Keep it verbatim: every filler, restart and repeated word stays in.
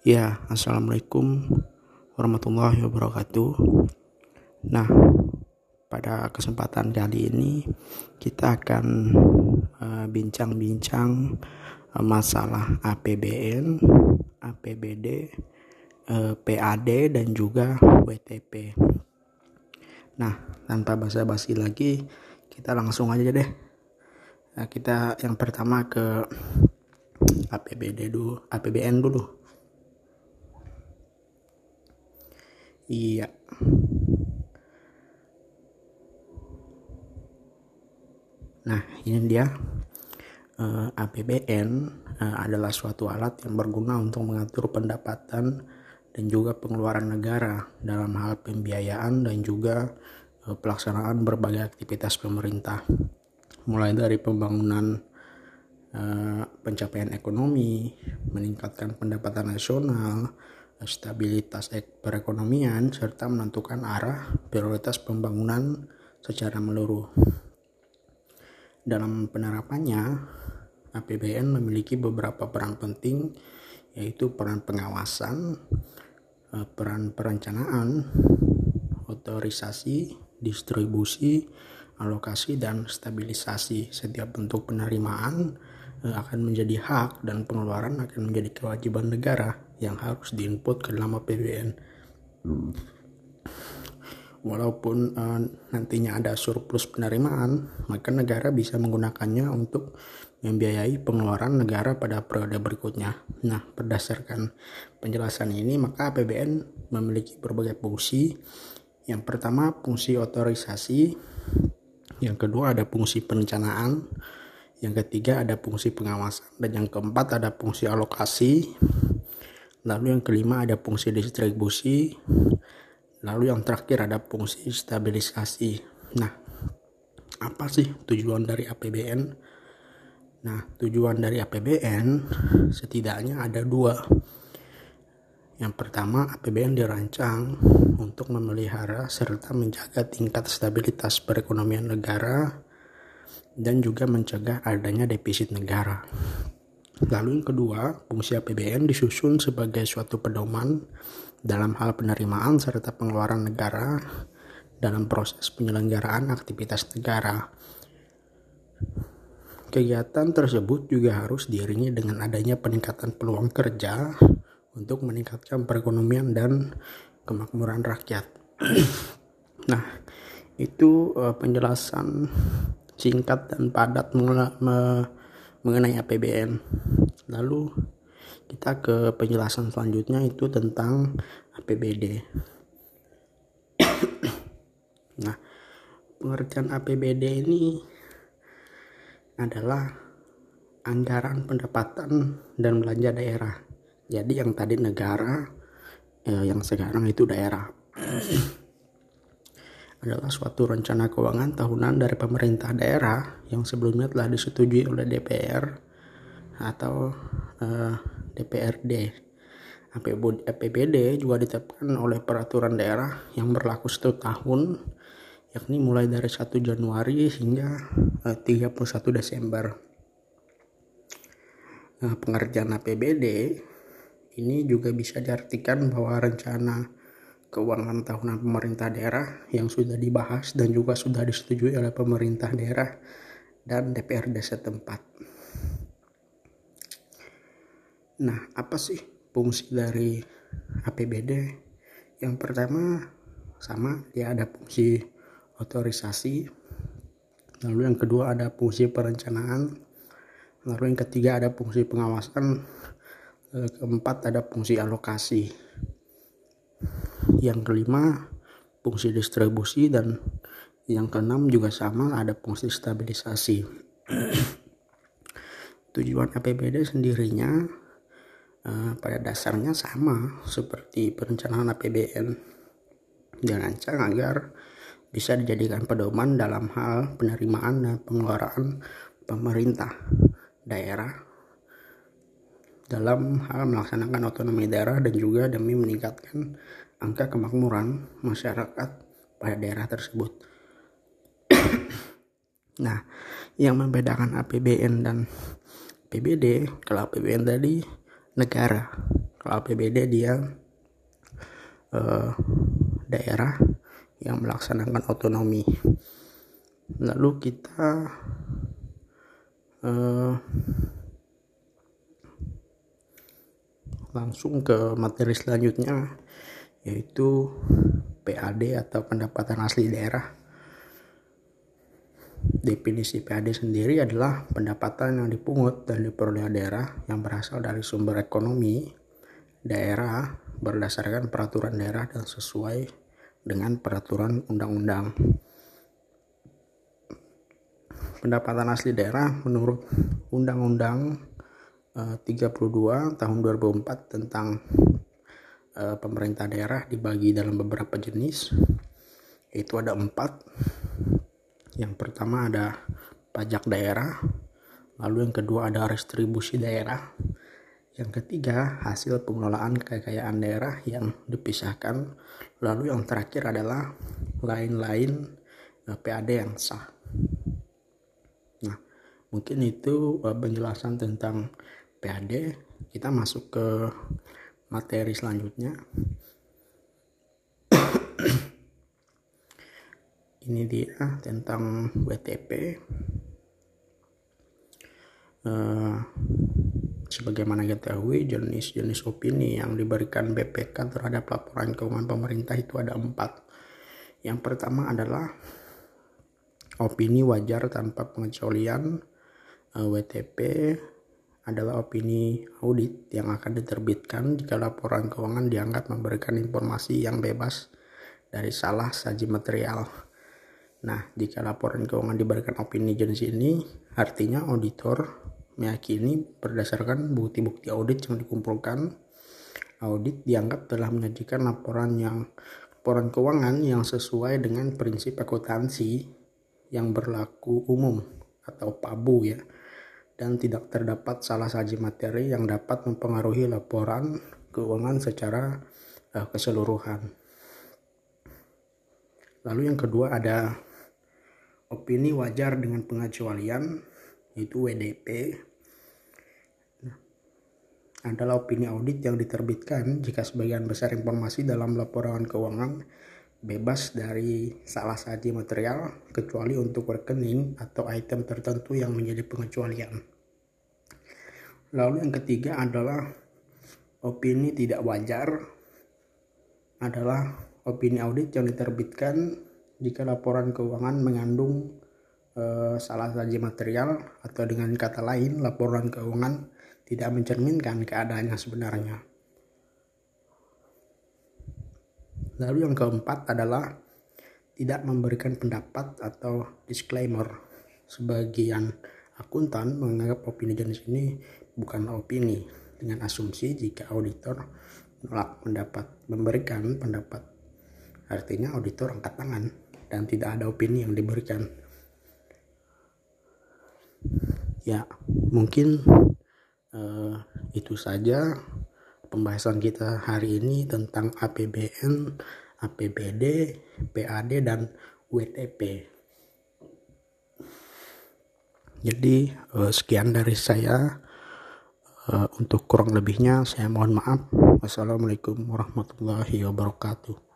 Ya, Assalamualaikum warahmatullahi wabarakatuh. Nah, pada kesempatan kali ini kita akan uh, bincang-bincang uh, masalah A P B N, A P B D, uh, P A D dan juga W T P. Nah, tanpa basa-basi lagi, kita langsung aja deh. Nah, kita yang pertama ke A P B D dulu, A P B N dulu. Iya. Nah, ini dia uh, A P B N uh, adalah suatu alat yang berguna untuk mengatur pendapatan dan juga pengeluaran negara dalam hal pembiayaan dan juga uh, pelaksanaan berbagai aktivitas pemerintah, mulai dari pembangunan, uh, pencapaian ekonomi, meningkatkan pendapatan nasional, stabilitas perekonomian, serta menentukan arah prioritas pembangunan secara menyeluruh. Dalam penerapannya, A P B N memiliki beberapa peran penting, yaitu peran pengawasan, peran perencanaan, otorisasi, distribusi, alokasi, dan stabilisasi. Setiap bentuk penerimaan akan menjadi hak dan pengeluaran akan menjadi kewajiban negara yang harus diinput ke dalam A P B N. Walaupun uh, nantinya ada surplus penerimaan, maka negara bisa menggunakannya untuk membiayai pengeluaran negara pada periode berikutnya. Nah, berdasarkan penjelasan ini, maka A P B N memiliki berbagai fungsi. Yang pertama, fungsi otorisasi. Yang kedua, ada fungsi perencanaan. Yang ketiga, ada fungsi pengawasan. Dan yang keempat, ada fungsi alokasi. Lalu yang kelima, ada fungsi distribusi. Lalu yang terakhir ada fungsi stabilisasi. Nah, apa sih tujuan dari A P B N? Nah, tujuan dari A P B N setidaknya ada dua. Yang pertama, A P B N dirancang untuk memelihara serta menjaga tingkat stabilitas perekonomian negara dan juga mencegah adanya defisit negara. Lalu yang kedua, fungsi A P B N disusun sebagai suatu pedoman dalam hal penerimaan serta pengeluaran negara dalam proses penyelenggaraan aktivitas negara. Kegiatan tersebut juga harus diiringi dengan adanya peningkatan peluang kerja untuk meningkatkan perekonomian dan kemakmuran rakyat. Nah, itu uh, penjelasan singkat dan padat mengenai A P B N. Lalu kita ke penjelasan selanjutnya, itu tentang A P B D. Nah, pengertian A P B D ini adalah anggaran pendapatan dan belanja daerah. Jadi yang tadi negara, eh, yang sekarang itu daerah. Adalah suatu rencana keuangan tahunan dari pemerintah daerah yang sebelumnya telah disetujui oleh D P R atau uh, D P R D. A P B D juga ditetapkan oleh peraturan daerah yang berlaku satu tahun, yakni mulai dari satu Januari hingga uh, tiga puluh satu Desember. Nah, pengertian A P B D ini juga bisa diartikan bahwa rencana keuangan tahunan pemerintah daerah yang sudah dibahas dan juga sudah disetujui oleh pemerintah daerah dan D P R D setempat. Nah, apa sih fungsi dari A P B D? Yang pertama, sama, dia ada fungsi otorisasi. Lalu yang kedua ada fungsi perencanaan. Lalu yang ketiga ada fungsi pengawasan. Keempat ada fungsi alokasi. Yang kelima fungsi distribusi, dan yang keenam juga sama, ada fungsi stabilisasi. Tujuan A P B D sendirinya Uh, pada dasarnya sama seperti perencanaan A P B N, dirancang agar bisa dijadikan pedoman dalam hal penerimaan dan pengeluaran pemerintah daerah dalam hal melaksanakan otonomi daerah dan juga demi meningkatkan angka kemakmuran masyarakat pada daerah tersebut. Nah, yang membedakan A P B N dan A P B D, kalau A P B N tadi negara, Kalau A P B D dia eh, daerah yang melaksanakan otonomi. Lalu kita eh, langsung ke materi selanjutnya, yaitu P A D atau pendapatan asli daerah. Definisi P A D sendiri adalah pendapatan yang dipungut dan diperoleh daerah yang berasal dari sumber ekonomi daerah berdasarkan peraturan daerah dan sesuai dengan peraturan undang-undang. Pendapatan asli daerah menurut Undang-Undang eh, tiga puluh dua tahun dua ribu empat tentang eh, pemerintah daerah dibagi dalam beberapa jenis, yaitu ada empat. Yang pertama ada pajak daerah, lalu yang kedua ada restribusi daerah, yang ketiga hasil pengelolaan kekayaan daerah yang dipisahkan, lalu yang terakhir adalah lain-lain P A D yang sah. Nah, mungkin itu penjelasan tentang P A D. Kita masuk ke materi selanjutnya. Ini dia tentang W T P. Uh, sebagaimana kita ketahui, jenis-jenis opini yang diberikan B P K terhadap laporan keuangan pemerintah itu ada empat. Yang pertama adalah opini wajar tanpa pengecualian. uh, W T P adalah opini audit yang akan diterbitkan jika laporan keuangan dianggap memberikan informasi yang bebas dari salah saji material. Nah, jika laporan keuangan diberikan opini jenis ini, artinya auditor meyakini berdasarkan bukti-bukti audit yang dikumpulkan, audit dianggap telah menyajikan laporan yang laporan keuangan yang sesuai dengan prinsip akuntansi yang berlaku umum atau P A B U ya, dan tidak terdapat salah saji materi yang dapat mempengaruhi laporan keuangan secara uh, keseluruhan. Lalu yang kedua ada opini wajar dengan pengecualian, yaitu W D P. Nah, adalah opini audit yang diterbitkan jika sebagian besar informasi dalam laporan keuangan bebas dari salah saji material, kecuali untuk rekening atau item tertentu yang menjadi pengecualian. Lalu yang ketiga adalah opini tidak wajar, adalah opini audit yang diterbitkan jika laporan keuangan mengandung eh, salah saji material, atau dengan kata lain laporan keuangan tidak mencerminkan keadaan yang sebenarnya. Lalu yang keempat adalah tidak memberikan pendapat atau disclaimer. Sebagian akuntan menganggap opini jenis ini bukan opini, dengan asumsi jika auditor menolak mendapat memberikan pendapat, artinya auditor angkat tangan dan tidak ada opini yang diberikan. Ya, mungkin uh, itu saja pembahasan kita hari ini tentang A P B N, A P B D, P A D, dan W T P. Jadi uh, sekian dari saya. Uh, untuk kurang lebihnya saya mohon maaf. Wassalamualaikum warahmatullahi wabarakatuh.